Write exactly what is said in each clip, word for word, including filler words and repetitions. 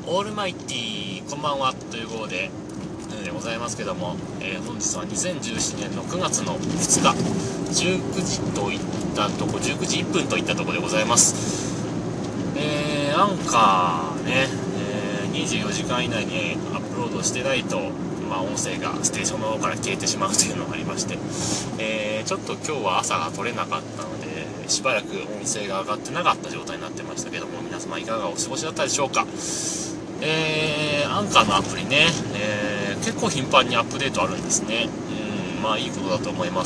オールマイティーこんばんはということで、えー、でございますけども、えー、本日はにせんじゅうななねんのくがつのふつかじゅうくじといったとこじゅうくじいっぷんといったところでございます。えー、アンカーね、えー、にじゅうよじかん以内にアップロードしてないと、まあ、音声がステーションの方から消えてしまうというのがありまして、えー、ちょっと今日は朝が取れなかったのでしばらく音声が上がってなかった状態になってましたけども、皆様いかがお過ごしだったでしょうか。えー、アンカーのアプリね、えー、結構頻繁にアップデートあるんですね。うん、まあいいことだと思います。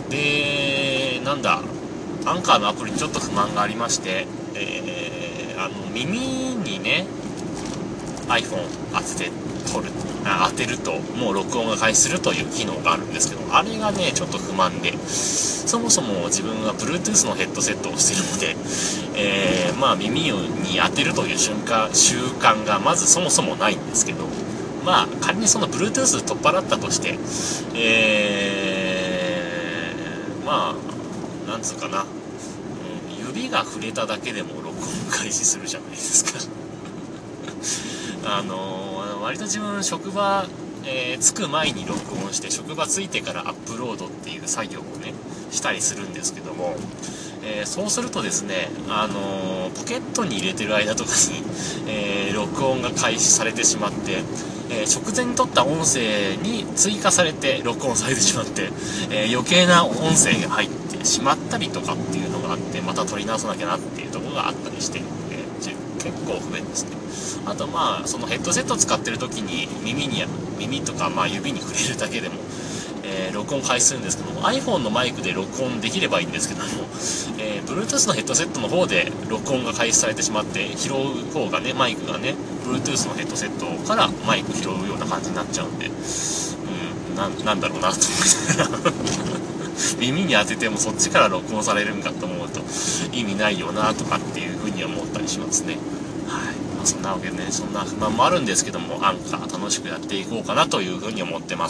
で、なんだ、アンカーのアプリにちょっと不満がありまして、えー、あの耳にね iPhone 当てて撮るあ当てるともう録音が開始するという機能があるんですけど、あれがねちょっと不満で、そもそも自分は Bluetooth のヘッドセットをしてるので、えー、まあ耳に当てるという瞬間習慣がまずそもそもないんですけど、まあ仮にその Bluetooth 取っ払ったとして、えー、まあなんつうかな、うん、指が触れただけでも録音開始するじゃないですかあのー、割と自分職場、えー、着く前に録音して職場着いてからアップロードっていう作業をねしたりするんですけども、えー、そうするとですね、あのー、ポケットに入れてる間とかに、えー、録音が開始されてしまって、えー、直前に撮った音声に追加されて録音されてしまって、えー、余計な音声が入ってしまったりとかっていうのがあって、また撮り直さなきゃなっていうところがあったりして、えー、結構不便ですね。あとまあそのヘッドセットを使ってる時に耳に耳とかまあ指に触れるだけでも、えー、録音開始するんですけども、 iPhone のマイクで録音できればいいんですけども、えー、Bluetooth のヘッドセットの方で録音が開始されてしまって、拾う方がねマイクがね Bluetooth のヘッドセットからマイク拾うような感じになっちゃうんで、うん、な, なんだろうなと思いながら耳に当ててもそっちから録音されるんかと思うと意味ないよなとかっていう風に思ったりしますね。はい、まあ、そんなわけでね、そんな不満もあるんですけども、アンカー楽しくやっていこうかなという風に思ってます。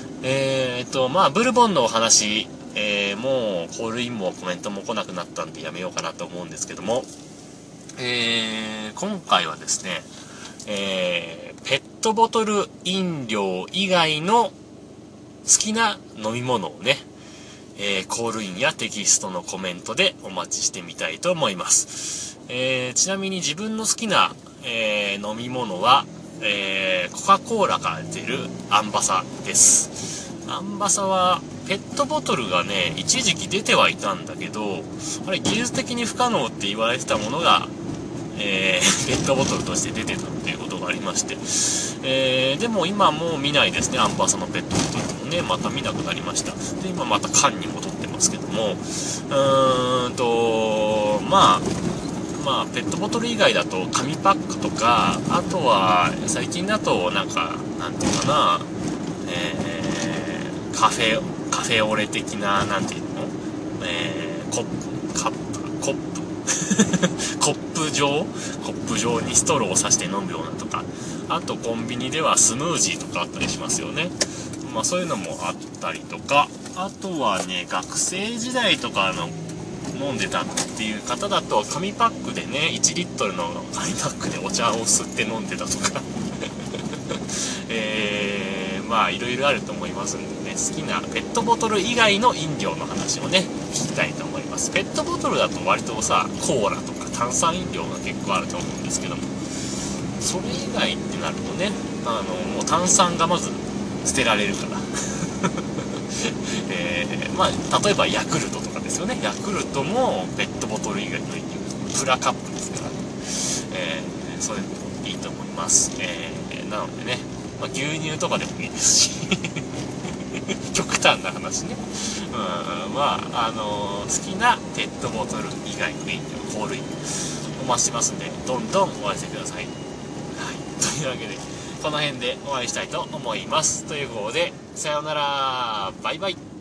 えーっとまあブルボンのお話、えー、もうコールインもコメントも来なくなったんでやめようかなと思うんですけども、えー、今回はですね、えー、ペットボトル飲料以外の好きな飲み物をね、えー、コールインやテキストのコメントでお待ちしてみたいと思います。えー、ちなみに自分の好きな、えー、飲み物は、えー、コカ・コーラから出てるアンバサです。アンバサはペットボトルがね一時期出てはいたんだけど、あれ技術的に不可能って言われてたものが、えー、ペットボトルとして出てたっていうことがありまして、えー、でも今もう見ないですね、アンバサのペットボトルもねまた見なくなりました。で今また缶に戻ってますけども、うーんとまあまあペットボトル以外だと紙パックとか、あとは最近だとなんかなんていうかな、えー、カフェカフェオレ的ななんていうの、えー、コップカップコップコップ状コップ状にストローを刺して飲むようなとか、あとコンビニではスムージーとかあったりしますよね。まあそういうのもあったりとか、あとはね学生時代とかの飲んでたっていう方だと紙パックでねいちリットルの紙パックでお茶を吸って飲んでたとかえー、まあいろいろあると思いますんでね、好きなペットボトル以外の飲料の話をね聞きたいと思います。ペットボトルだと割とさコーラとか炭酸飲料が結構あると思うんですけども、それ以外ってなるとね、あのもう炭酸がまず捨てられるからえー、まあ例えばヤクルトとかですよね。ヤクルトもペットボトル以外の飲料プラカップですからね、えー、それでもいいと思います。えー、なのでね、まあ、牛乳とかでもいいですし極端な話ね、うん、まああのー、好きなペットボトル以外の飲料コールインお待ちしてますんで、どんどんお寄せください。はい、というわけでこの辺でお会いしたいと思います。ということでさようなら、バイバイ。